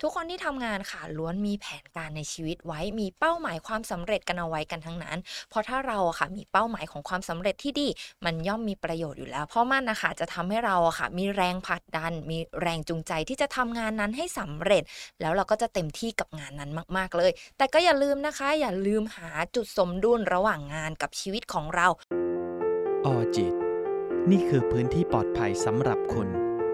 ทุกคนที่ทำงานค่ะล้วนมีแผนการในชีวิตไว้มีเป้าหมายความสำเร็จกันเอาไว้กันทั้งนั้นเพราะถ้าเราอะค่ะมีเป้าหมายของความสำเร็จที่ดีมันย่อมมีประโยชน์อยู่แล้วเพราะมันน่ะค่ะจะทำให้เราอะค่ะมีแรงผลักดันมีแรงจูงใจที่จะทำงานนั้นให้สำเร็จแล้วเราก็จะเต็มที่กับงานนั้นมากๆเลยแต่ก็อย่าลืมนะคะอย่าลืมหาจุดสมดุลระหว่างงานกับชีวิตของเราออจิตนี่คือพื้นที่ปลอดภัยสำหรับคุณ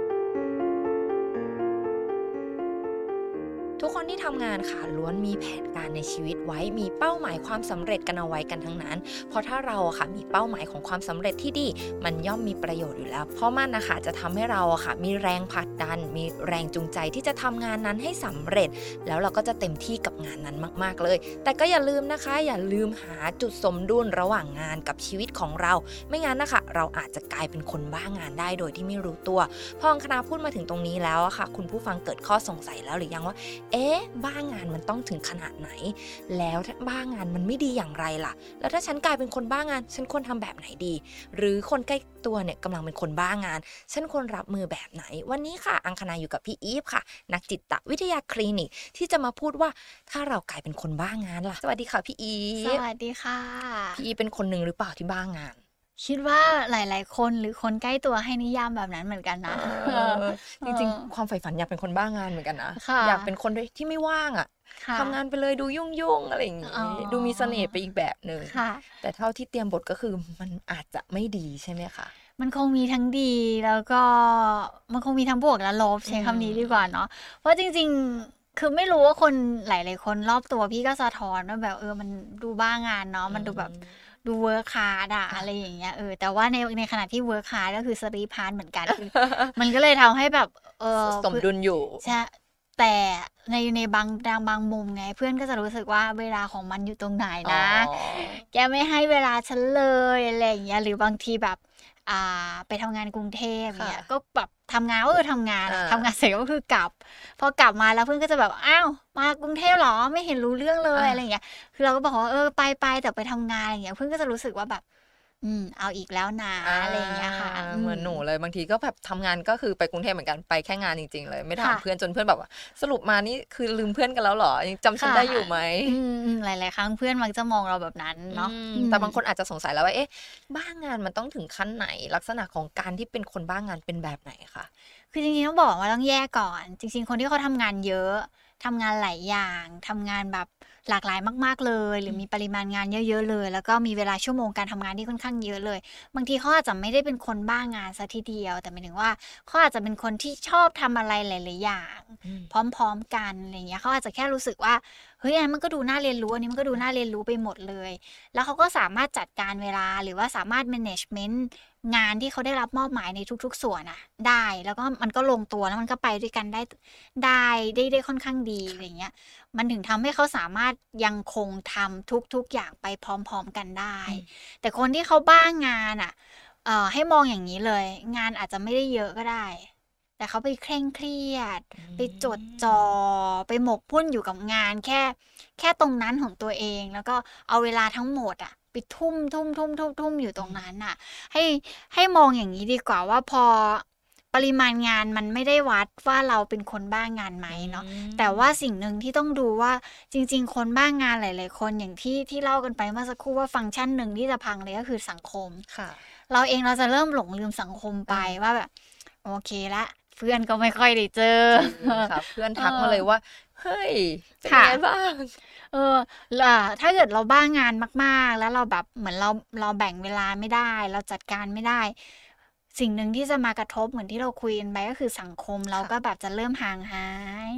ทุกคนที่ทำงานค่ะล้วนมีแผนการในชีวิตไว้มีเป้าหมายความสำเร็จกันเอาไว้กันทั้งนั้นเพราะถ้าเราอะค่ะมีเป้าหมายของความสำเร็จที่ดีมันย่อมมีประโยชน์อยู่แล้วเพราะมันนะคะจะทำให้เราอะค่ะมีแรงผลักดันมีแรงจูงใจที่จะทำงานนั้นให้สำเร็จแล้วเราก็จะเต็มที่กับงานนั้นมากๆเลยแต่ก็อย่าลืมนะคะอย่าลืมหาจุดสมดุลระหว่างงานกับชีวิตของเราไม่งั้นนะคะเราอาจจะกลายเป็นคนบ้างานได้โดยที่ไม่รู้ตัวพออังคณาพูดมาถึงตรงนี้แล้วอะค่ะคุณผู้ฟังเกิดข้อสงสัยแล้วหรือยังว่าบ้างานมันต้องถึงขนาดไหนแล้วถ้าบ้างานมันไม่ดีอย่างไรล่ะแล้วถ้าฉันกลายเป็นคนบ้างานฉันควรทำแบบไหนดีหรือคนใกล้ตัวเนี่ยกำลังเป็นคนบ้างานฉันควรรับมือแบบไหนวันนี้ค่ะอังคณาอยู่กับพี่อีฟค่ะนักจิตวิทยาคลินิกที่จะมาพูดว่าถ้าเรากลายเป็นคนบ้างานล่ะสวัสดีค่ะพี่อีสฟวัสดีค่ะพี่อีฟเป็นคนหนึ่งหรือเปล่าที่บ้างานคิดว่าหลายๆคนหรือคนใกล้ตัวให้นิยามแบบนั้นเหมือนกันเอนะอเอจริงอๆความใฝ่ฝันอยากเป็นคนบ้างานเหมือนกันนะค่ะอยากเป็นคนที่ไม่ว่างอะค่ะทำงานไปเลยดูยุ่งๆอะไรอย่างอ๋องี้ดูมีเสน่ห์ไปอีกแบบหนึ่งค่ะแต่เท่าที่เตรียมบทก็คือมันอาจจะไม่ดีใช่ไหมคะมันคงมีทั้งดีแล้วก็มันคงมีทั้งบวกและลบอืใช้คำนี้ดีกว่ามเนาะเพราะจริงๆคือไม่รู้ว่าคนหลายๆคนรอบตัวพี่ก็สะท้อนว่าแบบมันดูบ้างานเนาะอืมันดูแบบมดู work hard อะค่ะอะไรอย่างเงี้ยแต่ว่าในขณะที่ work hard ก็คือ sleep hard เหมือนกันคือมันก็เลยทำให้แบบสมดุลอยู่ใช่แต่ในบางมุมไงเพื่อนก็จะรู้สึกว่าเวลาของมันอยู่ตรงไหนอ๋อนะแกไม่ให้เวลาฉันเลยอะไรอย่างเงี้ยหรือบางทีแบบไปทำงานกรุงเทพค่ะเนี่ยก็แบบทำงานก็คือทำงานอะทำงานอาเสร็จก็คือกลับพอกลับมาแล้วเพื่อนก็จะแบบอ้าวมากรุงเทพเหรอไม่เห็นรู้เรื่องเลยอาอะไรอย่างเงี้ยคือเราก็บอกว่าไปแต่ไปทำงานอย่างเงี้ยเพื่อนก็จะรู้สึกว่าแบบเอาอีกแล้วนะอาอะไรอย่างเงี้ยค่ะเหมือนหนูเลยบางทีก็แบบทำงานก็คือไปกรุงเทพเหมือนกันไปแค่งานจริงๆเลยไม่ถามค่ะเพื่อนจนเพื่อนแบบว่าสรุปมานี่คือลืมเพื่อนกันแล้วเหรอยังจำฉันค่ะได้อยู่ไหมหลายๆครั้งเพื่อนมักจะมองเราแบบนั้นอืเนาะแต่บางคนอาจจะสงสัยแล้วว่าบ้างานมันต้องถึงขั้นไหนลักษณะของการที่เป็นคนบ้างานเป็นแบบไหนคะคือจริงๆต้องบอกว่าต้องแยกก่อนจริงๆคนที่เขาทำงานเยอะทำงานหลายอย่างทำงานแบบหลากหลายมากๆเลยหรือมีปริมาณงานเยอะๆเลยแล้วก็มีเวลาชั่วโมงการทำงานที่ค่อนข้างเยอะเลยบางทีเขาอาจจะไม่ได้เป็นคนบ้างานเสียทีเดียวแต่หมายถึงว่าเขาอาจจะเป็นคนที่ชอบทำอะไรหลายๆอย่างอืมพร้อมๆกันอะไรอย่างเงี้ยเขาอาจจะแค่รู้สึกว่าเฮ้ยอันนั้นมันก็ดูน่าเรียนรู้อันนี้มันก็ดูน่าเรียนรู้ไปหมดเลยแล้วเขาก็สามารถจัดการเวลาหรือว่าสามารถ management งานที่เขาได้รับมอบหมายในทุกๆส่วนอะได้แล้วก็มันก็ลงตัวแล้วมันก็ไปด้วยกันได้ค่อนข้างดีอะไรเงี้ยมันถึงทำให้เขาสามารถยังคงทำทุกๆอย่างไปพร้อมๆกันได้อืมแต่คนที่เขาบ้างานอะให้มองอย่างนี้เลยงานอาจจะไม่ได้เยอะก็ได้แต่เขาไปเคร่งเครียดอืไปจดจ่อมไปหมกมุ่นอยู่กับงานแค่ตรงนั้นของตัวเองแล้วก็เอาเวลาทั้งหมดอะไปทุ่มอยู่ตรงนั้นน่ะ ให้ให้มองอย่างนี้ดีกว่าว่าพอปริมาณงานมันไม่ได้วัดว่าเราเป็นคนบ้างานไหมอืเนาะมแต่ว่าสิ่งหนึ่งที่ต้องดูว่าจริงๆคนบ้างานหลายๆคนอย่างที่เล่ากันไปเมื่อสักครู่ว่าฟังก์ชันหนึ่งที่จะพังเลยก็คือสังคมค่ะเราจะเริ่มหลงลืมสังคมไปอาว่าแบบโอเคละเพื่อนก็ไม่ค่อยได้เจอจริงค่ะเพื่อนเอทักมาอเลยว่าเฮ้ยเป็นยังค่ะไงบ้างเออถ้าเกิดเราบ้างานมากๆแล้วเราแบบเหมือนเราแบ่งเวลาไม่ได้เราจัดการไม่ได้สิ่งหนึ่งที่จะมากระทบเหมือนที่เราคุยกันไปก็คือสังคมเราก็ค่ะแบบจะเริ่มห่างหาย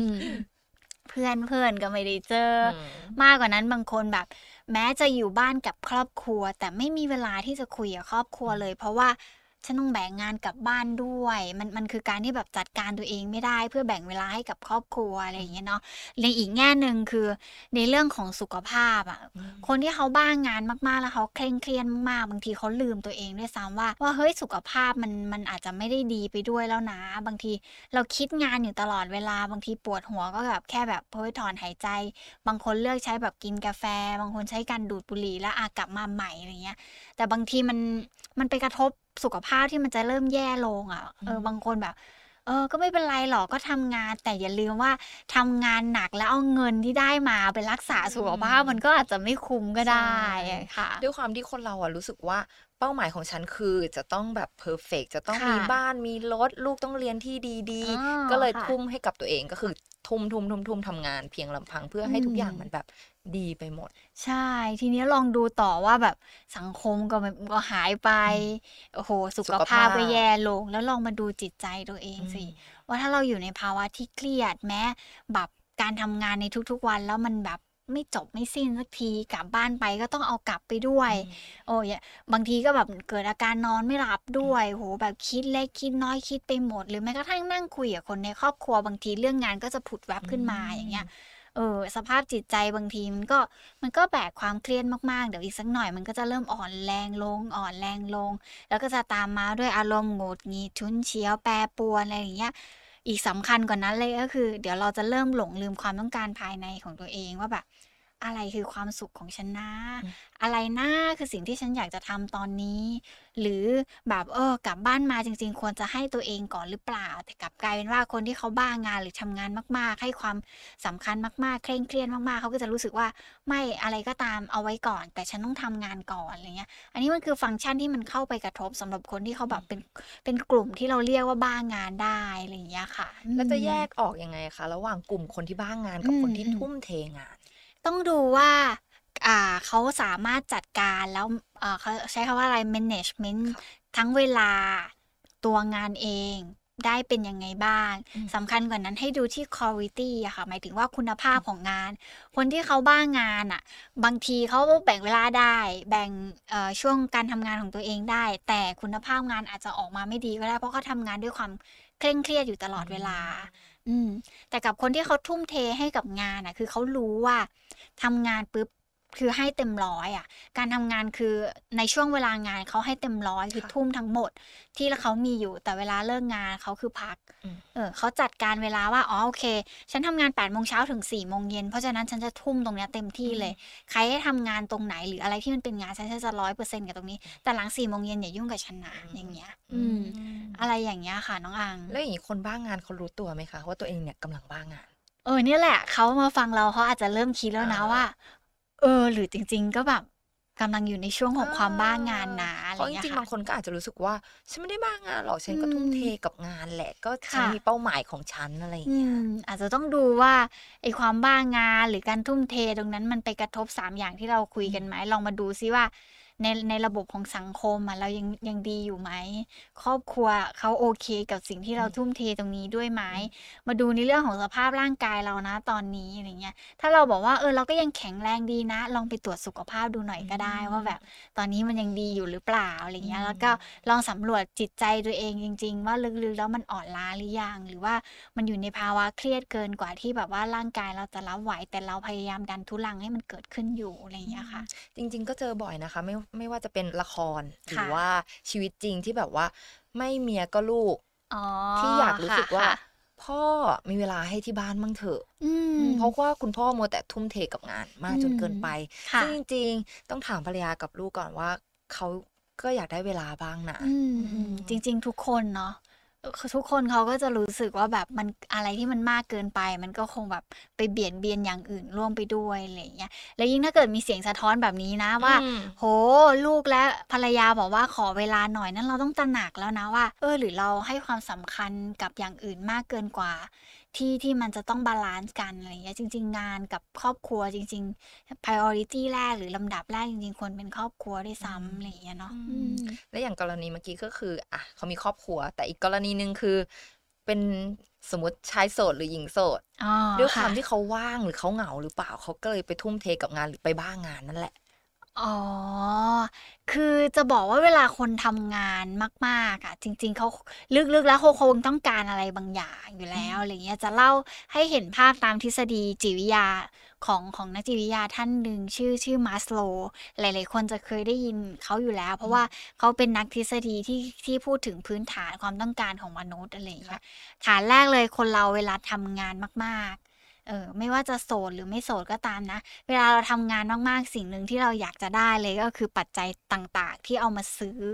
เพื่อนก็ไม่ได้เจออืมมากกว่านั้นบางคนแบบแม้จะอยู่บ้านกับครอบครัวแต่ไม่มีเวลาที่จะคุยกับครอบครัวอืมเลยเพราะว่าฉันต้องแบ่งงานกลับบ้านด้วยมันคือการที่แบบจัดการตัวเองไม่ได้เพื่อแบ่งเวลาให้กับครอบครัวอะไรอย่างเงี้ยเนาะในอีกแง่หนึ่งคือในเรื่องของสุขภาพอะอืมคนที่เขาบ้างงานมากๆแล้วเขาเคร่งเครียดมากๆบางทีเขาลืมตัวเองด้วยซ้ำว่าเฮ้ยสุขภาพมันอาจจะไม่ได้ดีไปด้วยแล้วนะบางทีเราคิดงานอยู่ตลอดเวลาบางทีปวดหัวก็แบบแค่แบบเพ้อถอนหายใจบางคนเลือกใช้แบบกินกาแฟบางคนใช้การดูดบุหรี่แล้วกลับมาใหม่อะไรเงี้ยแต่บางทีมันไปกระทบสุขภาพที่มันจะเริ่มแย่ลงอะอืมบางคนแบบก็ไม่เป็นไรหรอกก็ทำงานแต่อย่าลืมว่าทำงานหนักแล้วเอาเงินที่ได้มาไปรักษาสุขภาพมันก็อาจจะไม่คุ้มก็ได้ค่ะด้วยความที่คนเราอะรู้สึกว่าเป้าหมายของฉันคือจะต้องแบบเพอร์เฟกจะต้องมีบ้านมีรถลูกต้องเรียนที่ดีๆก็เลยทุ่มให้กับตัวเองก็คือทุ่มทำงานเพียงลำพังเพื่อให้ทุกอย่างมันแบบดีไปหมดใช่ทีนี้ลองดูต่อว่าแบบสังคมก็หายไปโอ้โหสุขภาพก็แย่ลงแล้วลองมาดูจิตใจตัวเองสิว่าถ้าเราอยู่ในภาวะที่เครียดแม้แบบการทำงานในทุกๆวันแล้วมันแบบไม่จบไม่สิ้นสักทีกลับบ้านไปก็ต้องเอากลับไปด้วยโอ้ยบางทีก็แบบเกิดอาการนอนไม่หลับด้วยโหแบบคิดเล็กคิดน้อยคิดไปหมดหรือแม้กระทั่งนั่งคุยกับคนในครอบครัวบางทีเรื่องงานก็จะผุดแวบขึ้นมาอย่างเงี้ยสภาพจิตใจบางทีมันก็แบกความเครียดมากๆเดี๋ยวอีกสักหน่อยมันก็จะเริ่มอ่อนแรงลงแล้วก็จะตามมาด้วยอารมณ์หงุดหงิดฉุนเฉียวแปรปรวนอะไรอย่างเงี้ยอีกสำคัญกว่านั้นเลยก็คือเดี๋ยวเราจะเริ่มหลงลืมความต้องการภายในของตัวเองว่าแบบอะไรคือความสุขของฉันนะอะไรนะคือสิ่งที่ฉันอยากจะทำตอนนี้หรือแบบกลับบ้านมาจริงๆควรจะให้ตัวเองก่อนหรือเปล่าแต่กลับกลายเป็นว่าคนที่เขาบ้างานหรือทำงานมากๆให้ความสำคัญมากๆเคร่งเครียดมากๆเขาก็จะรู้สึกว่าไม่อะไรก็ตามเอาไว้ก่อนแต่ฉันต้องทำงานก่อนอะไรเงี้ยอันนี้มันคือฟังก์ชันที่มันเข้าไปกระทบสำหรับคนที่เขาแบบเป็นกลุ่มที่เราเรียกว่าบ้างานได้อะไรอย่างเงี้ยค่ะแล้วจะแยกออกยังไงคะระหว่างกลุ่มคนที่บ้างานกับคนที่ทุ่มเทงานต้องดูว่าเขาสามารถจัดการแล้วเขาใช้คำว่าอะไร management ทั้งเวลาตัวงานเองได้เป็นยังไงบ้างสำคัญกว่านั้นให้ดูที่ quality อะค่ะหมายถึงว่าคุณภาพของงานคนที่เขาบ้างานอะบางทีเขาแบ่งเวลาได้แบ่งช่วงการทำงานของตัวเองได้แต่คุณภาพงานอาจจะออกมาไม่ดีก็ได้เพราะเขาทำงานด้วยความเคร่งเครียดอยู่ตลอดเวลาแต่กับคนที่เขาทุ่มเทให้กับงานคือเขารู้ว่าทำงานปุ๊บคือให้เต็มร้อยการทำงานคือในช่วงเวลางานเขาให้เต็มร้อยคือทุ่มทั้งหมดที่เขามีอยู่แต่เวลาเลิกงานเขาคือพักเขาจัดการเวลาว่าโอเคฉันทำงาน8 โมงเช้าถึง4 โมงเย็นเพราะฉะนั้นฉันจะทุ่มตรงนี้เต็มที่เลยใครให้ทำงานตรงไหนหรืออะไรที่มันเป็นงานฉันจะ100%กับตรงนี้แต่หลัง4 โมงเย็นอย่ายุ่งกับฉันนะอย่างเงี้ยอะไรอย่างเงี้ยค่ะน้องอังแล้วอย่างนี้คนบ้างานเขารู้ตัวไหมคะว่าตัวเองเนี่ยกำลังบ้างานเนี่ยแหละเขามาฟังเราเขาอาจจะเริ่มคิดแล้วนะว่าหรือจริงๆก็แบบกำลังอยู่ในช่วงของความบ้างานนะเพราะจริงๆบางคนก็อาจจะรู้สึกว่าฉันไม่ได้บ้างานหรอกฉันก็ทุ่มเทกับงานแหละก็ฉันมีเป้าหมายของฉันอะไรอย่างเงี้ยอาจจะต้องดูว่าไอ้ความบ้างานหรือการทุ่มเทตรงนั้นมันไปกระทบ3อย่างที่เราคุยกันไหมลองมาดูซิว่าในระบบของสังคมเรายังดีอยู่ไหมครอบครัวเขาโอเคกับสิ่งที่เราทุ่มเทตรงนี้ด้วยไหมมาดูในเรื่องของสภาพร่างกายเรานะตอนนี้อะไรเงี้ยถ้าเราบอกว่าเราก็ยังแข็งแรงดีนะลองไปตรวจสุขภาพดูหน่อยก็ได้ว่าแบบตอนนี้มันยังดีอยู่หรือเปล่าอะไรเงี้ยแล้วก็ลองสำรวจจิตใจตัวเองจริงๆว่าลึกๆแล้วมันอ่อนล้าหรือยังหรือว่ามันอยู่ในภาวะเครียดเกินกว่าที่แบบว่าร่างกายเราจะรับไหวแต่เราพยายามดันทุรังให้มันเกิดขึ้นอยู่อะไรเงี้ยค่ะจริงๆก็เจอบ่อยนะคะไม่ว่าจะเป็นละครหรือว่าชีวิตจริงที่แบบว่าไม่เมียก็ลูกที่อยากรู้สึกว่าพ่อมีเวลาให้ที่บ้านบ้างเถอะเพราะว่าคุณพ่อมัวแต่ทุ่มเทกับงานมากจนเกินไปซึ่งจริงๆต้องถามภรรยากับลูกก่อนว่าเขาก็อยากได้เวลาบ้างนะจริงๆทุกคนเนาะทุกคนเขาก็จะรู้สึกว่าแบบมันอะไรที่มันมากเกินไปมันก็คงแบบไปเบียดเบียนอย่างอื่นร่วมไปด้วยอะไรอย่างเงี้ยแล้วยิ่งถ้าเกิดมีเสียงสะท้อนแบบนี้นะว่าโหลูกและภรรยาบอกว่าขอเวลาหน่อยนั้นเราต้องตระหนักแล้วนะว่าหรือเราให้ความสำคัญกับอย่างอื่นมากเกินกว่าที่มันจะต้องบาลานซ์กันอะไรอย่างเงี้ยจริงๆงานกับครอบครัวจริงๆ priority แรกหรือลำดับแรกจริงๆควรเป็นครอบครัวด้วยซ้ำอะไรอย่างเงี้ยเนาะและอย่างกรณีเมื่อกี้ก็คือเขามีครอบครัวแต่อีกกรณีนึงคือเป็นสมมติชายโสดหรือหญิงโสดด้วยความที่เขาว่างหรือเขาเหงาหรือเปล่าเขาก็เลยไปทุ่มเทกับงานหรือไปบ้างานนั่นแหละคือจะบอกว่าเวลาคนทำงานมากๆจริงๆเขาลึกๆแล้วเขาคงต้องการอะไรบางอย่างอยู่แล้วอะไรเงี้ยจะเล่าให้เห็นภาพตามทฤษฎีจิตวิทยาของนักจิตวิทยาท่านหนึ่งชื่อมาสโลว์หลายๆคนจะเคยได้ยินเขาอยู่แล้วเพราะว่าเขาเป็นนักทฤษฎีที่พูดถึงพื้นฐานความต้องการของมนุษย์อะไรเงี้ยฐานแรกเลยคนเราเวลาทำงานมากๆไม่ว่าจะโสดหรือไม่โสดก็ตามนะเวลาเราทำงานมากๆสิ่งหนึ่งที่เราอยากจะได้เลยก็คือปัจจัยต่างๆที่เอามาซื้อ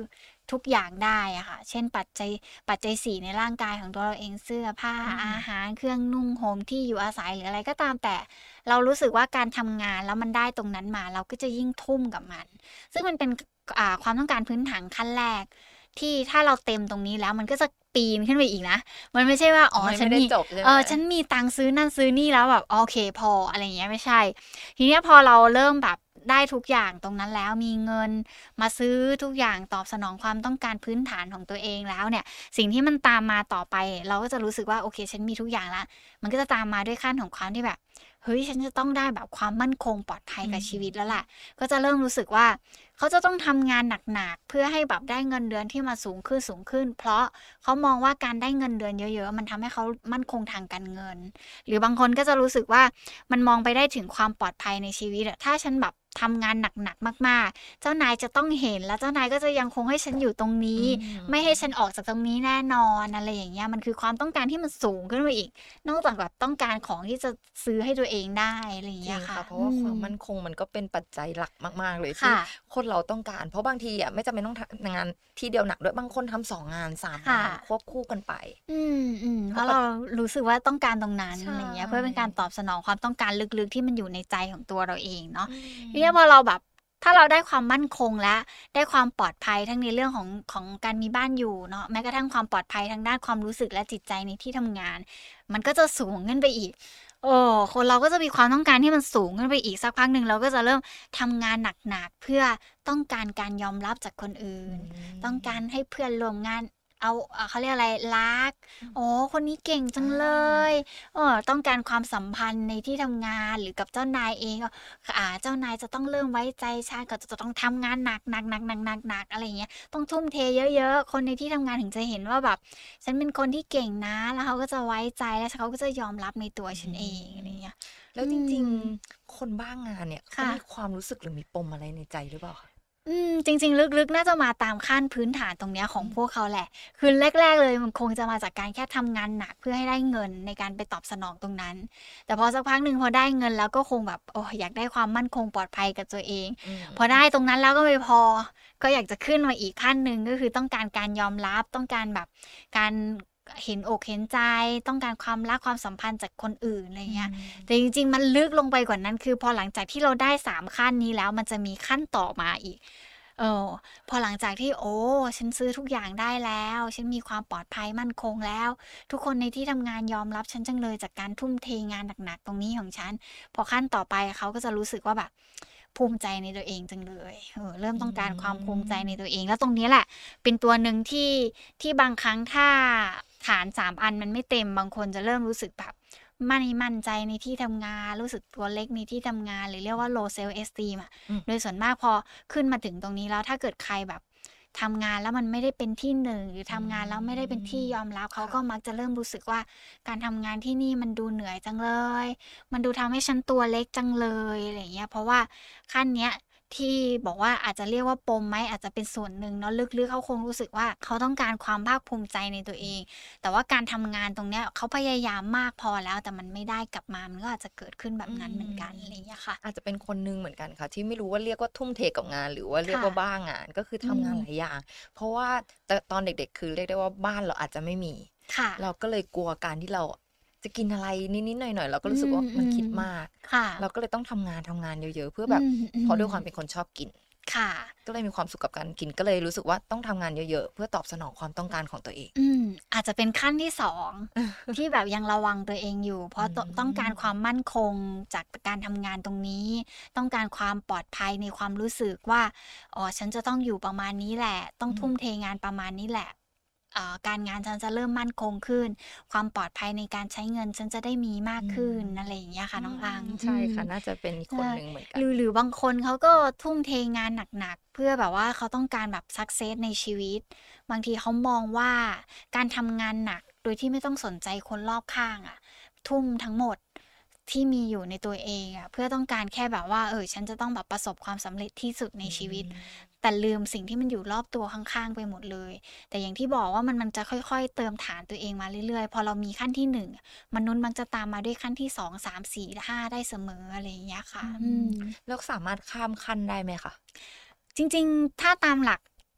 ทุกอย่างได้อะค่ะเช่นปัจจัยสี่ในร่างกายของตัวเราเองเสื้อผ้าอาหารเครื่องนุ่งห่มที่อยู่อาศัยหรืออะไรก็ตามแต่เรารู้สึกว่าการทำงานแล้วมันได้ตรงนั้นมาเราก็จะยิ่งทุ่มกับมันซึ่งมันเป็นความต้องการพื้นฐานขั้นแรกที่ถ้าเราเต็มตรงนี้แล้วมันก็จะปีนขึ้นไปอีกนะมันไม่ใช่ว่ามันฉันไม่ได้มีจบใช่ไหมฉันมีตังค์ซื้อนั่นซื้อนี่แล้วแบบโอเคพออะไรอย่างเงี้ยไม่ใช่ ทีเนี้ยพอเราเริ่มแบบได้ทุกอย่างตรงนั้นแล้วมีเงินมาซื้อทุกอย่างตอบสนองความต้องการพื้นฐานของตัวเองแล้วเนี่ยสิ่งที่มันตามมาต่อไปเราก็จะรู้สึกว่าโอเคฉันมีทุกอย่างละมันก็จะตามมาด้วยขั้นของความที่แบบเฮ้ยฉันจะต้องได้แบบความมั่นคงปลอดภัยกับชีวิตแล้วล่ะก็จะเริ่มรู้สึกว่าเขาจะต้องทำงานหนักๆเพื่อให้แบบได้เงินเดือนที่มาสูงขึ้นเพราะเขามองว่าการได้เงินเดือนเยอะๆมันทำให้เขามั่นคงทางการเงินหรือบางคนก็จะรู้สึกว่ามันมองไปได้ถึงความปลอดภัยในชีวิตอะถ้าฉันแบบทำงานหนักๆมากๆเจ้านายจะต้องเห็นแล้วเจ้านายก็จะยังคงให้ฉันอยู่ตรงนี้ไม่ให้ฉันออกจากตรงนี้แน่นอนอะไรอย่างเงี้ยมันคือความต้องการที่มันสูงขึ้นไปอีกนอกจากแบบต้องการของที่จะซื้อให้ตัวเองได้อะไรอย่างจริเงี้ยงค่ะค่ะเพราะว่าความมั่นคงมันก็เป็นปัจจัยหลักมากๆเลยที่ค่ะคนเราต้องการ เพราะบางทีไม่จำเป็นต้องทำงานที่เดียวหนักด้วยบางคนทำ2 งาน 3 งานค่ะควบคู่กันไปเพราะเรารู้สึกว่าต้องการตรงนั้นใช่อะไรเงี้ยเพื่อเป็นการตอบสนองความต้องการลึกๆที่มันอยู่ในใจของตัวเราเองเนาะอืมทีนี้พอเราแบบถ้าเราได้ความมั่นคงและได้ความปลอดภัยทั้งในเรื่องของการมีบ้านอยู่เนาะแม้กระทั่งความปลอดภัยทางด้านความรู้สึกและจิตใจในที่ทำงาน มันก็จะสูงขึ้นไปอีกคนเราก็จะมีความต้องการที่มันสูงขึ้นไปอีกสักพักหนึ่งเราก็จะเริ่มทำงานหนักๆเพื่อต้องการการยอมรับจากคนอื่น ต้องการให้เพื่อนร่วมงานเขาเรียกอะไรรักคนนี้เก่งจังเลยต้องการความสัมพันธ์ในที่ทำงานหรือกับเจ้านายเองเจ้านายจะต้องเริ่มไว้ใจฉันก็จะต้องทำงานหนักอะไรอย่างเงี้ยต้องทุ่มเทเยอะๆคนในที่ทำงานถึงจะเห็นว่าแบบฉันเป็นคนที่เก่งนะแล้วเขาก็จะไว้ใจแล้วเขาก็จะยอมรับในตัวฉันเองอะไรเงี้ยแล้วจริงๆ คนบ้างานเนี่ยเขาค่ะมีความรู้สึกหรือมีปมอะไรในใจหรือเปล่าคะจริงๆลึกๆน่าจะมาตามขั้นพื้นฐานตรงเนี้ยของพวกเขาแหละคือแรกๆเลยมันคงจะมาจากการแค่ทำงานหนักเพื่อให้ได้เงินในการไปตอบสนองตรงนั้น แต่พอสักพักหนึ่งพอได้เงินแล้วก็คงแบบอยากได้ความมั่นคงปลอดภัยกับตัวเอง พอได้ตรงนั้นแล้วก็ไม่พอ ก็อยากจะขึ้นมาอีกขั้นหนึ่งก็คือต้องการการยอมรับต้องการแบบการเห็นอกเห็นใจ ต้องการความรักความสัมพันธ์จากคนอื่นอะไรเงี้ย แต่จริงๆมันลึกลงไปกว่านั้นคือพอหลังจากที่เราได้3ขั้นนี้แล้วมันจะมีขั้นต่อมาอีกพอหลังจากที่ฉันซื้อทุกอย่างได้แล้วฉันมีความปลอดภัยมั่นคงแล้ว ทุกคนในที่ทำงานยอมรับฉันจังเลยจากการทุ่มเทงานหนักๆตรงนี้ของฉันพอขั้นต่อไปเขาก็จะรู้สึกว่าแบบภูมิใจในตัวเองจังเลยเริ่มต้องการความภูมิใจในตัวเองแล้วตรงนี้แหละเป็นตัวหนึ่งที่บางครั้งถ้าฐาน3อันมันไม่เต็มบางคนจะเริ่มรู้สึกแบบไม่มั่นใจในที่ทำงานรู้สึกตัวเล็กในที่ทำงานหรือเรียกว่า low self esteem โดยส่วนมากพอขึ้นมาถึงตรงนี้แล้วถ้าเกิดใครแบบทำงานแล้วมันไม่ได้เป็นที่หนึ่งหรือทำงานแล้วไม่ได้เป็นที่ยอมรับเขาก็มักจะเริ่มรู้สึกว่าการทำงานที่นี่มันดูเหนื่อยจังเลยมันดูทำให้ฉันตัวเล็กจังเลยอะไรอย่างเงี้ยเพราะว่าขั้นเนี้ยที่บอกว่าอาจจะเรียกว่าปมไหมอาจจะเป็นส่วนหนึ่งเนาะลึกๆเขาคงรู้สึกว่าเขาต้องการความภาคภูมิใจในตัวเองแต่ว่าการทำงานตรงเนี้ยเขาพยายามมากพอแล้วแต่มันไม่ได้กลับมามันก็อาจจะเกิดขึ้นแบบนั้นเหมือนกันอะไรอย่างเงี้ยค่ะอาจจะเป็นคนนึงเหมือนกันค่ะที่ไม่รู้ว่าเรียกว่าทุ่มเทกับงานหรือว่าเรียกว่าบ้างานก็คือทำงานหลายอย่าง เพราะว่าแต่ตอนเด็กๆคือเรียกได้ว่าบ้านเราอาจจะไม่มีค่ะเราก็เลยกลัวการที่เราจะกินอะไรนิดๆหน่อยๆเราก็รู้สึกว่ามันคิดมากค่ะเราก็เลยต้องทำงานเยอะๆเพื่อแบบเพราะด้วยความเป็นคนชอบกินค่ะก็เลยมีความสุขกับการกินก็เลยรู้สึกว่าต้องทำงานเยอะๆเพื่อตอบสนองความต้องการของตัวเองอาจจะเป็นขั้นที่2 ที่แบบยังระวังตัวเองอยู่ เพราะต้องการความมั่นคงจากการทำงานตรงนี้ ต้องการความปลอดภัยในความรู้สึกว่าฉันจะต้องอยู่ประมาณนี้แหละ ต้องทุ่มเทงานประมาณนี้แหละการงานฉันจะเริ่มมั่นคงขึ้น ความปลอดภัยในการใช้เงินฉันจะได้มีมากขึ้นอะไรอย่างเงี้ยค่ะน้องอังใช่ค่ะน่าจะเป็นคนหนึ่งเหมือนกันหรือบางคนเขาก็ทุ่มเทงานหนักๆเพื่อแบบว่าเขาต้องการแบบสักเซสในชีวิต บางทีเขามองว่าการทำงานหนักโดยที่ไม่ต้องสนใจคนรอบข้างทุ่มทั้งหมดที่มีอยู่ในตัวเองเพื่อต้องการแค่แบบว่าฉันจะต้องแบบประสบความสำเร็จที่สุดในชีวิต แต่ลืมสิ่งที่มันอยู่รอบตัวข้างๆไปหมดเลย แต่อย่างที่บอกว่ามันจะค่อยๆเติมฐานตัวเองมาเรื่อยๆพอเรามีขั้นที่1มนุษย์มันจะตามมาด้วยขั้นที่2 3 4 5ได้เสมออะไรอย่างเงี้ยค่ะแล้วสามารถข้ามขั้นได้ไหมคะจริงๆถ้าตามหลัก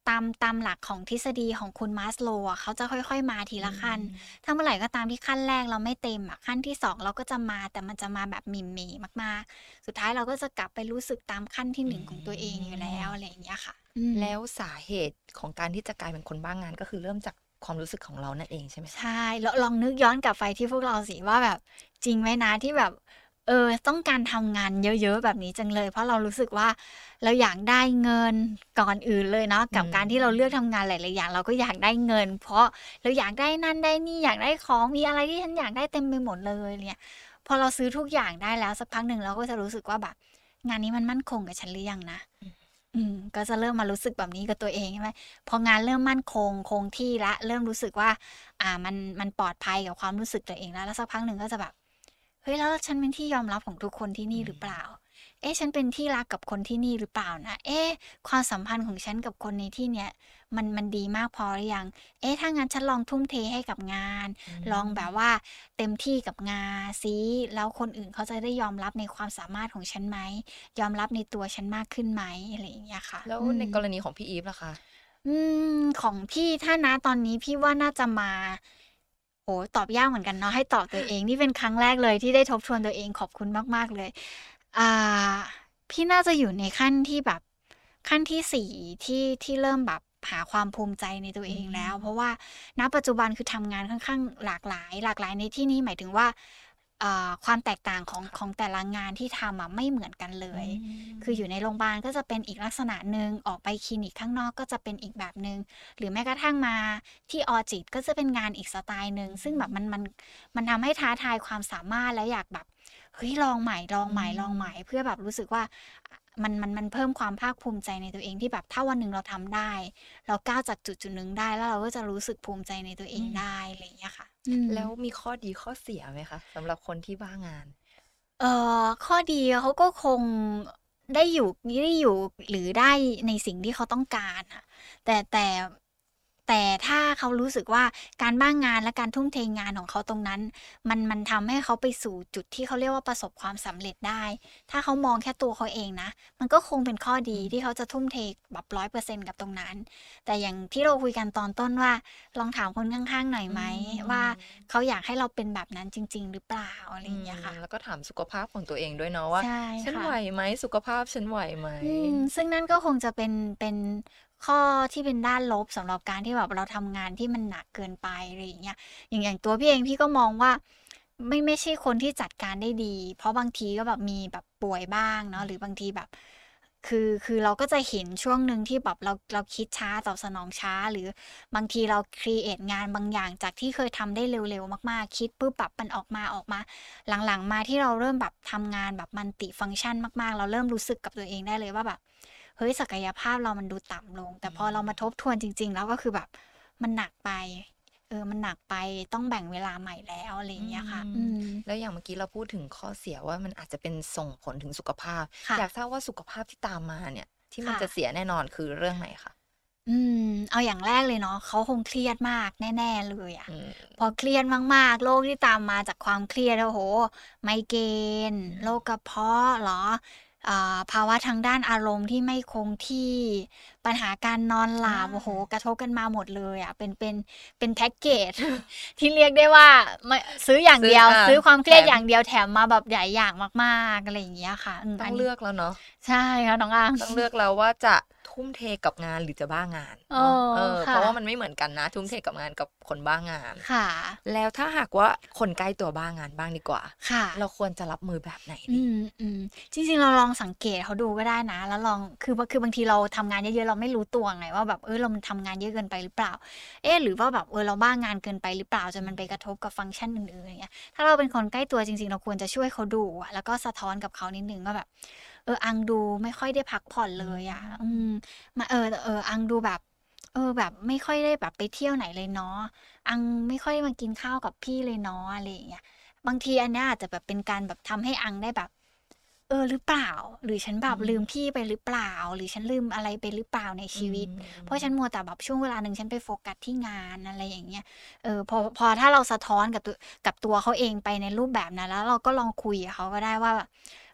ตามหลักของทฤษฎีของคุณมาสโลว์อะเขาจะค่อยๆมาทีละขั้น ถ้าเมื่อไหร่ก็ตามที่ขั้นแรกเราไม่เต็มอะขั้นที่2เราก็จะมาแต่มันจะมาแบบหมิ่ๆมากๆสุดท้ายเราก็จะกลับไปรู้สึกตามขั้นที่1ของตัวเองอยู่แล้วอะไรอย่างเงี้ยค่ะแล้วสาเหตุของการที่จะกลายเป็นคนบ้างานก็คือเริ่มจากความรู้สึกของเรานั่นเองใช่ไหมคะใช่ลองนึกย้อนกลับไปที่พวกเราสิว่าแบบจริงไหมนะที่แบบต้องการทำงานเยอะๆแบบนี้จังเลยเพราะเรารู้สึกว่าเราอยากได้เงินก่อนอื่นเลยเนาะกับการที่เราเลือกทำงานหลายๆอย่างเราก็อยากได้เงิน เพราะเราอยากได้นั่นได้นี่อยากได้ของมีอะไรที่ฉันอยากได้เต็มไปหมดเลยเนี่ยพอเราซื้อทุกอย่างได้แล้วสักพักหนึ่งเราก็จะรู้สึกว่าแบบงานนี้มันมั่นคงกับฉันหรือยังนะก็จะเริ่มมารู้สึกแบบนี้กับตัวเองใช่ไหมพองานเริ่มมั่นคงคงที่ละเริ่มรู้สึกว่ามันปลอดภัยกับความรู้สึกตัวเองแล้วสักพักหนึ่งก็จะแบบเฮ้ยแล้วฉันเป็นที่ยอมรับของทุกคนที่นี่หรือเปล่าฉันเป็นที่รักกับคนที่นี่หรือเปล่านะความสัมพันธ์ของฉันกับคนในที่เนี้ยมันดีมากพอหรือยังถ้างั้นฉันลองทุ่มเทให้กับงานลองแบบว่าเต็มที่กับงานซิแล้วคนอื่นเขาจะได้ยอมรับในความสามารถของฉันไหมยอมรับในตัวฉันมากขึ้นไหมอะไรอย่างเงี้ยค่ะแล้วในกรณีของพี่อีฟล่ะคะของพี่ถ้านะตอนนี้พี่ว่าน่าจะมาโอ้ตอบยากเหมือนกันเนาะให้ตอบตัวเองนี่เป็นครั้งแรกเลยที่ได้ทบทวนตัวเองขอบคุณมากๆเลยอ่าพี่น่าจะอยู่ในขั้นที่แบบขั้นที่4ที่เริ่มแบบหาความภูมิใจในตัวเองแล้ว เพราะว่าณปัจจุบันคือทำงานค่อนข้างหลากหลายในที่นี้หมายถึงว่าความแตกต่างของแต่ละงานที่ทำอะไม่เหมือนกันเลย คืออยู่ในโรงพยาบาลก็จะเป็นอีกลักษณะหนึ่งออกไปคลินิกข้างนอกก็จะเป็นอีกแบบหนึ่งหรือแม้กระทั่งมาที่ออจิตก็จะเป็นงานอีกสไตล์หนึ่งซึ่งแบบมันทำให้ท้าทายความสามารถและอยากแบบเฮ้ยลองใหม่เพื่อแบบรู้สึกว่ามันเพิ่มความภาคภูมิใจในตัวเองที่แบบถ้าวันหนึ่งเราทำได้ เราก้าวจากจุดหนึ่งได้แล้วเราก็จะรู้สึกภูมิใจในตัวเองได้อะไรอย่างเงี้ยค่ะแล้วมีข้อดีข้อเสียไหมคะสำหรับคนที่บ้างานข้อดีเขาก็คงได้อยู่หรือได้ในสิ่งที่เขาต้องการอะแต่ถ้าเขารู้สึกว่าการบ้างงานและการทุ่มเทงานของเขาตรงนั้นมันทำให้เขาไปสู่จุดที่เขาเรียกว่าประสบความสำเร็จได้ถ้าเขามองแค่ตัวเขาเองนะมันก็คงเป็นข้อดีที่เขาจะทุ่มเทแบบ100%กับตรงนั้นแต่อย่างที่เราคุยกันตอนต้นว่าลองถามคนข้างๆหน่อยไหมว่าเขาอยากให้เราเป็นแบบนั้นจริงๆหรือเปล่าอะไรอย่างเงี้ยค่ะแล้วก็ถามสุขภาพของตัวเองด้วยเนาะว่าฉันไหวไหมสุขภาพฉันไหวไหมซึ่งนั่นก็คงจะเป็นข้อที่เป็นด้านลบสำหรับการที่แบบเราทำงานที่มันหนักเกินไปอะไรอย่างเงี้ยอย่างตัวพี่เองพี่ก็มองว่าไม่ใช่คนที่จัดการได้ดีเพราะบางทีก็แบบมีแบบป่วยบ้างเนาะหรือบางทีแบบคือเราก็จะเห็นช่วงหนึ่งที่แบบเราคิดช้าตอบสนองช้าหรือบางทีเราครีเอทงานบางอย่างจากที่เคยทำได้เร็วๆมากๆคิดปุ๊บแบบมันออกมาหลังๆมาที่เราเริ่มแบบทำงานแบบมัลติฟังก์ชันมากๆเราเริ่มรู้สึกกับตัวเองได้เลยว่าแบบเฮ้ยศักยภาพเรามันดูต่ำลงแต่พอเรามาทบทวนจริงๆแล้วก็คือแบบมันหนักไปมันหนักไปต้องแบ่งเวลาใหม่แล้วอะไรอย่างเงี้ยค่ะแล้วอย่างเมื่อกี้เราพูดถึงข้อเสียว่ามันอาจจะเป็นส่งผลถึงสุขภาพอยากทราบว่าสุขภาพที่ตามมาเนี่ยที่มันจะเสียแน่นอนคือเรื่องไหนคะเอาอย่างแรกเลยเนาะเขาคงเครียดมากแน่ๆเลยอะพอเครียดมากๆโรคที่ตามมาจากความเครียดโอ้โหไมเกรนโรคกระเพาะเหรอภาวะทางด้านอารมณ์ที่ไม่คงที่ปัญหาการนอนหลับโอ้โหกระทบกันมาหมดเลยอะเป็นแพ็กเกจที่เรียกได้ว่าไม่ซื้ออย่างเดียวซื้อความเครียดอย่างเดียวแถมมาแบบหลายอย่างมากๆอะไรอย่างเงี้ยค่ะต้องเลือกแล้วเนาะใช่ค่ะน้องอังต้องเลือกแล้วว่าจะทุ่มเทกับงานหรือจะบ้างานเพราะว่ามันไม่เหมือนกันนะทุ่มเทกับงานกับคนบ้างานค่ะแล้วถ้าหากว่าคนใกล้ตัวบ้างานบ้างดีกว่าค่ะเราควรจะรับมือแบบไหนดีจริงๆเราลองสังเกตเขาดูก็ได้นะแล้วลองคือบางทีเราทำงานเยอะๆเราไม่รู้ตัวไงว่าแบบเราทำงานเยอะเกินไปหรือเปล่าหรือว่าแบบเราบ้างานเกินไปหรือเปล่าจนมันไปกระทบกับฟังก์ชันอื่นๆอย่างเงี้ยถ้าเราเป็นคนใกล้ตัวจริงๆเราควรจะช่วยเขาดูแล้วก็สะท้อนกับเขานิดนึงว่าแบบอังดูไม่ค่อยได้พักผ่อนเลยอ่ะมาอังดูแบบแบบไม่ค่อยได้แบบไปเที่ยวไหนเลยเนาะอังไม่ค่อยมากินข้าวกับพี่เลยเนาะอะไรอย่างเงี้ยบางทีอันเนี้ยอาจจะแบบเป็นการแบบทำให้อังได้แบบหรือเปล่าหรือฉันแบบลืมพี่ไปหรือเปล่าหรือฉันลืมอะไรไปหรือเปล่าในชีวิตเพราะฉันมัวแต่แบบช่วงเวลาหนึ่งฉันไปโฟกัสที่งานอะไรอย่างเงี้ยพอถ้าเราสะท้อนกับตัวเขาเองไปในรูปแบบนั้นแล้วเราก็ลองคุยกับเขาก็ได้ว่า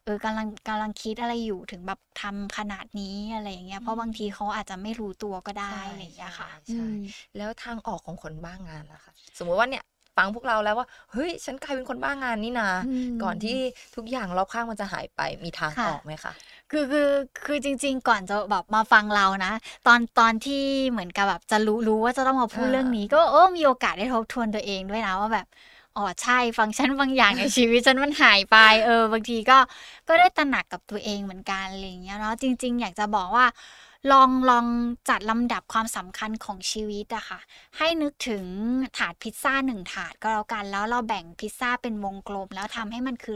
กำลังคิดอะไรอยู่ถึงแบบทำขนาดนี้อะไรอย่างเงี้ยเพราะบางทีเขาอาจจะไม่รู้ตัวก็ได้ใช่อะไรอย่างเงี้ยใช่ค่ะใช่แล้วทางออกของคนบ้างานล่ะคะสมมุติว่าเนี่ยฟังพวกเราแล้วว่าเฮ้ยฉันกลายเป็นคนบ้างานนี่นาก่อนที่ทุกอย่างรอบข้างมันจะหายไปมีทางออกไหมคะคือจริงๆก่อนจะแบบมาฟังเรานะตอนที่เหมือนกับแบบจะรู้ว่าจะต้องมาพูดเรื่องนี้ก็มีโอกาสได้ทบทวนตัวเองด้วยนะว่าแบบอ๋อใช่ฟังก์ชันบางอย่างในชีวิตฉันมันหายไปบางทีก็ได้ตระหนักกับตัวเองเหมือนกันอะไรอย่างเงี้ยเนาะจริงๆอยากจะบอกว่าลองจัดลำดับความสำคัญของชีวิตอะค่ะให้นึกถึงถาดพิซซ่า1ถาดก็แล้วกันแล้วเราแบ่งพิซซ่าเป็นวงกลมแล้วทำให้มันคือ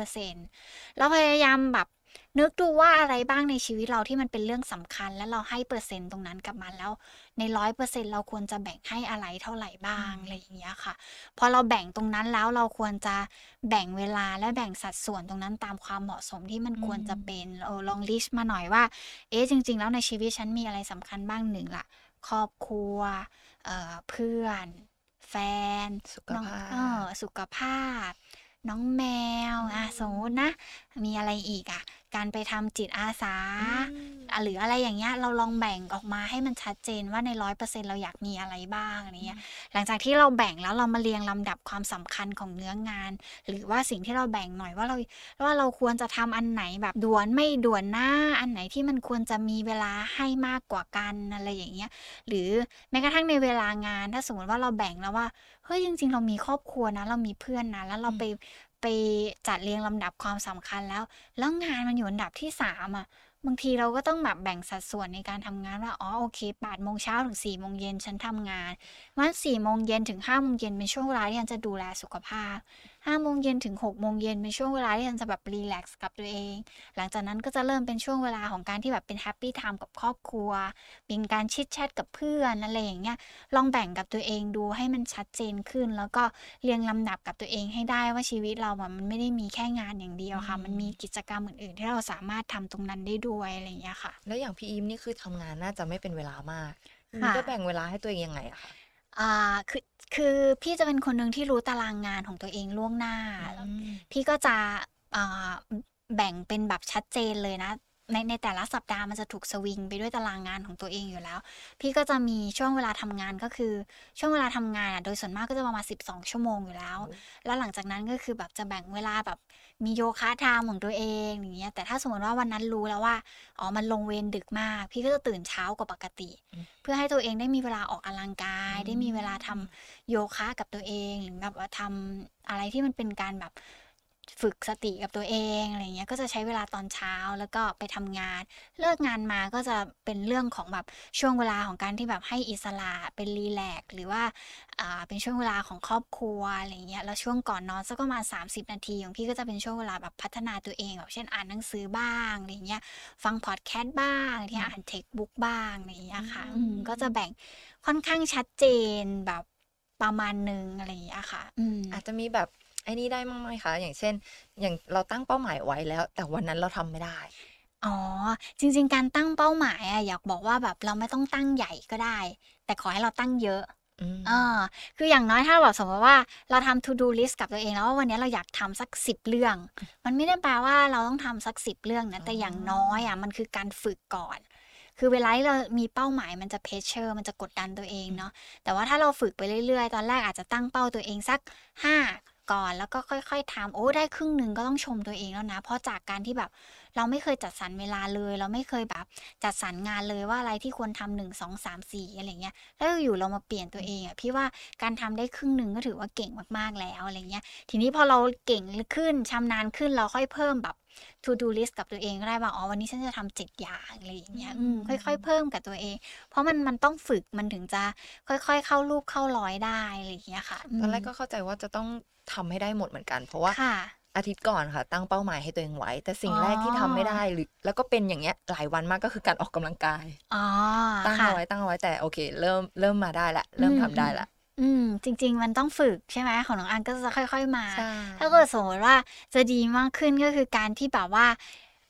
100%แล้วพยายามแบบนึกดูว่าอะไรบ้างในชีวิตเราที่มันเป็นเรื่องสำคัญแล้วเราให้เปอร์เซ็นต์ตรงนั้นกับมันแล้วใน100%เราควรจะแบ่งให้อะไรเท่าไหร่บ้างอะไรอย่างเงี้ยค่ะพอเราแบ่งตรงนั้นแล้วเราควรจะแบ่งเวลาและแบ่งสัดส่วนตรงนั้นตามความเหมาะสมที่มันควรจะเป็นลองลิสต์มาหน่อยว่าจริงๆแล้วในชีวิตฉันมีอะไรสำคัญบ้าง1ล่ะครอบครัวเพื่อนแฟนสุขน้องภาพสุขภาพน้องแมวสมมตินะมีอะไรอีกการไปทำจิตอาสาหรืออะไรอย่างเงี้ยเราลองแบ่งออกมาให้มันชัดเจนว่าใน100%เราอยากมีอะไรบ้างอะไรเงี้ยหลังจากที่เราแบ่งแล้วเรามาเรียงลำดับความสำคัญของเนื้องานหรือว่าสิ่งที่เราแบ่งหน่อยว่าเราควรจะทำอันไหนแบบด่วนไม่ด่วนนะอันไหนที่มันควรจะมีเวลาให้มากกว่ากันอะไรอย่างเงี้ยหรือแม้กระทั่งในเวลางานถ้าสมมติว่าเราแบ่งแล้วว่าเฮ้ยจริงๆเรามีครอบครัวนะเรามีเพื่อนนะแล้วเราไปจัดเรียงลำดับความสำคัญแล้วงานมันอยู่อันดับที่3บางทีเราก็ต้องแบบแบ่งสัดส่วนในการทำงานว่าโอเค8โมงเช้าถึง4โมงเย็นฉันทำงานงั้น4โมงเย็นถึง5โมงเย็นเป็นช่วงเวลาที่ฉันจะดูแลสุขภาพ5โมงเย็นถึง6โมงเย็นเป็นช่วงเวลาที่ฉันจะแบบรีแลกซ์กับตัวเองหลังจากนั้นก็จะเริ่มเป็นช่วงเวลาของการที่แบบเป็นแฮปปี้ไทม์กับครอบครัวเป็นการชิดแชทกับเพื่อนอะไรอย่างเงี้ยลองแบ่งกับตัวเองดูให้มันชัดเจนขึ้นแล้วก็เรียงลำดับกับตัวเองให้ได้ว่าชีวิตเรามันไม่ได้มีแค่งานอย่างเดียวค่ะมันมีกิจกรรมอื่นๆที่เราสามารถทำตรงนั้นได้ด้วยอะไรอย่างเงี้ยค่ะแล้วอย่างพี่อีฟนี่คือทำงานน่าจะไม่เป็นเวลามากค่ะจะแบ่งเวลาให้ตัวเองยังไงอะคะอ่าคือคือพี่จะเป็นคนหนึ่งที่รู้ตารางงานของตัวเองล่วงหน้าแล้วพี่ก็จะอ่าแบ่งเป็นแบบชัดเจนเลยนะในแต่ละสัปดาห์มันจะถูกสวิงไปด้วยตารางงานของตัวเองอยู่แล้วพี่ก็จะมีช่วงเวลาทำงานก็คือช่วงเวลาทำงานโดยส่วนมากก็จะประมาณ12ชั่วโมงอยู่แล้วแล้วหลังจากนั้นก็คือแบบจะแบ่งเวลาแบบมีโยคะไทม์ของตัวเองอย่างเงี้ยแต่ถ้าสมมติว่าวันนั้นรู้แล้วว่ามันลงเวรดึกมากพี่ก็จะตื่นเช้ากว่าปกติเพื่อให้ตัวเองได้มีเวลาออกกำลังกายได้มีเวลาทำโยคะกับตัวเองหรือแบบว่าทำอะไรที่มันเป็นการแบบฝึกสติกับตัวเองอะไรเงี้ยก็จะใช้เวลาตอนเช้าแล้วก็ไปทำงานเลิกงานมาก็จะเป็นเรื่องของแบบช่วงเวลาของการที่แบบให้อิสระเป็นรีแลกซ์หรือว่าเป็นช่วงเวลาของครอบครัวอะไรเงี้ยแล้วช่วงก่อนนอนสักประมาณ30นาทีของพี่ก็จะเป็นช่วงเวลาแบบพัฒนาตัวเองแบบเช่นอ่านหนังสือบ้างอะไรเงี้ยฟังพอดแคสต์บ้างที่อ่านเทคบุ๊กบ้างอะไรเงี้ยค่ะก็จะแบ่งค่อนข้างชัดเจนแบบประมาณนึงอะไรอย่างเงี้ยค่ะอาจจะมีแบบไอ้นี่ได้มั้งไหมคะอย่างเช่นอย่างเราตั้งเป้าหมายไว้แล้วแต่วันนั้นเราทำไม่ได้อ๋อจริงๆการตั้งเป้าหมายอยากบอกว่าแบบเราไม่ต้องตั้งใหญ่ก็ได้แต่ขอให้เราตั้งเยอะเออคืออย่างน้อยถ้าแบบสมมติว่าเราทำ to do list กับตัวเองแล้วว่าวันนี้เราอยากทำสัก10เรื่องมันไม่ได้แปลว่าเราต้องทำสัก10เรื่องนะแต่อย่างน้อยมันคือการฝึกก่อนคือเวลาที่เรามีเป้าหมายมันจะ pressure มันจะกดดันตัวเองเนาะแต่ว่าถ้าเราฝึกไปเรื่อยๆตอนแรกอาจจะตั้งเป้าตัวเองสัก5ก่อนแล้วก็ค่อยๆทำได้ครึ่งหนึ่งก็ต้องชมตัวเองแล้วนะเพราะจากการที่แบบเราไม่เคยจัดสรรเวลาเลยเราไม่เคยแบบจัดสรรงานเลยว่าอะไรที่ควรทำ1 2 3 4อะไรเงี้ยแล้วอยู่เรามาเปลี่ยนตัวเองพี่ว่าการทำได้ครึ่งหนึ่งก็ถือว่าเก่งมากๆแล้วอะไรเงี้ยทีนี้พอเราเก่งขึ้นชำนาญขึ้นเราค่อยเพิ่มแบบ to do list กับตัวเองก็ได้ว่าวันนี้ฉันจะทำ7อย่างอะไรอย่างเงี้ยค่อยๆเพิ่มกับตัวเองเพราะมันต้องฝึกมันถึงจะค่อยๆเข้ารูปเข้ารอยได้อะไรอย่างเงี้ยค่ะตอนแรกก็เข้าใจว่าจะต้องทำให้ได้หมดเหมือนกันเพราะว่าอาทิตย์ก่อนค่ะตั้งเป้าหมายให้ตัวเองไว้แต่สิ่งแรกที่ทำไม่ได้หรือแล้วก็เป็นอย่างเงี้ยหลายวันมากก็คือการออกกำลังกายตั้งเอาไว้แต่โอเคเริ่มมาได้ละเริ่มทำได้ละจริงๆมันต้องฝึกใช่ไหมของน้องอันก็จะค่อยๆมาถ้าเกิดสมมติว่าจะดีมากขึ้นก็คือการที่แบบว่า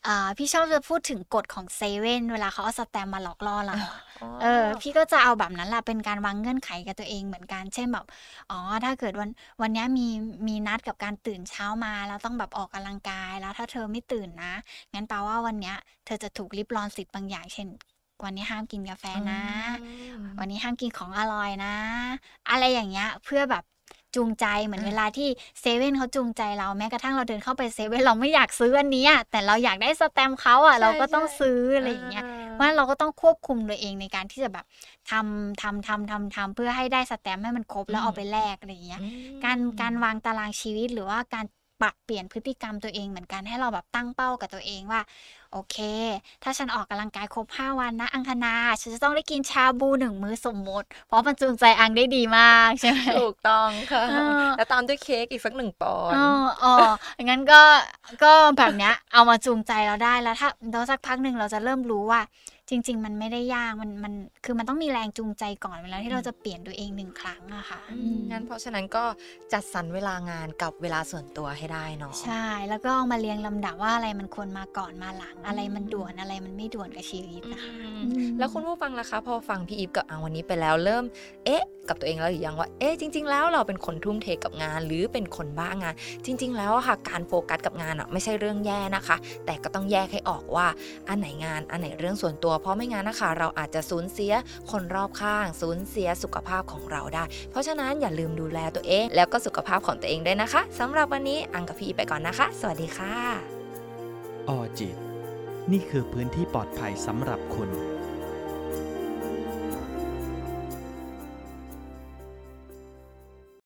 พี่ชอบจะพูดถึงกฎของเซเว่นเวลาเขาเอาสแตมป์มาหลอกล่อเราอะอ๋อพี่ก็จะเอาแบบนั้นแหละเป็นการวางเงื่อนไขกับตัวเองเหมือนกัน เช่นแบบอ๋อถ้าเกิดวันเนี้ยมีนัดกับการตื่นเช้ามาแล้วต้องแบบออกกำลังกายแล้วถ้าเธอไม่ตื่นนะงั้นแปลว่าวันเนี้ยเธอจะถูกลิดรอนสิทธิ์บางอย่างเช่น วันนี้ห้ามกินกาแฟนะ วันนี้ห้ามกินของอร่อยนะ อะไรอย่างเงี้ยเพื่อแบบจูงใจเหมือนเวลาที่เซเว่นเขาจูงใจเราแม้กระทั่งเราเดินเข้าไปเซเว่นเราไม่อยากซื้ออันเนี้ยแต่เราอยากได้สแตมป์เขาอ่ะใช่เราก็ต้องใช่ซื้ออะไรอย่างเงี้ยว่าเราก็ต้องควบคุมตัวเองในการที่จะแบบทำเพื่อให้ได้สแตมป์ให้มันครบแล้วเอาไปแลกอะไรอย่างเงี้ย การวางตารางชีวิตหรือว่าการปรับเปลี่ยนพฤติกรรมตัวเองเหมือนกันให้เราแบบตั้งเป้ากับตัวเองว่าโอเค ถ้าฉันออกกำลังกายครบ5 วันนะอังคณาฉันจะต้องได้กินชาบู1 มื้อสมมติ เพราะมันจูงใจอังได้ดีมากใช่ไหมถูกต้องค่ะเออแล้วตามด้วยเค้กอีกสัก1 ปอนด์งั้นก็แบบเนี้ยเอามาจูงใจเราได้แล้วถ้าเราสักพักหนึ่งเราจะเริ่มรู้ว่าจริง ๆ มันไม่ได้ยากมันคือมันต้องมีแรงจูงใจก่อนเวลาที่เราจะเปลี่ยนตัวเอง1 ครั้งอะค่ะงั้นเพราะฉะนั้นก็จัดสรรเวลางานกับเวลาส่วนตัวให้ได้เนาะใช่แล้วก็เอามาเรียงลำดับว่าอะไรมันควรมาก่อนมาหลังอะไรมันด่วนอะไรมันไม่ด่วนกับชีวิตนะคะแล้วคุณผู้ฟังล่ะคะพอฟังพี่อีฟกับอังวันนี้ไปแล้วเริ่มกับตัวเองแล้วหรือยังว่าจริง ๆ แล้วเราเป็นคนทุ่มเทกับงานหรือเป็นคนบ้างาน จริง ๆ แล้วอะค่ะการโฟกัสกับงานอะไม่ใช่เรื่องแย่นะคะ แต่ก็ต้องแยกให้ออกว่าอันไหนงานอันไหนเรื่องส่วนตัวเพราะไม่งั้นนะคะเราอาจจะสูญเสียคนรอบข้างสูญเสียสุขภาพของเราได้ เพราะฉะนั้นอย่าลืมดูแลตัวเองแล้วก็สุขภาพของตัวเองด้วยนะคะสำหรับวันนี้อังกับพี่อีฟไปก่อนนะคะ สวัสดีค่ะออจิต นี่คือพื้นที่ปลอดภัยสำหรับคุณ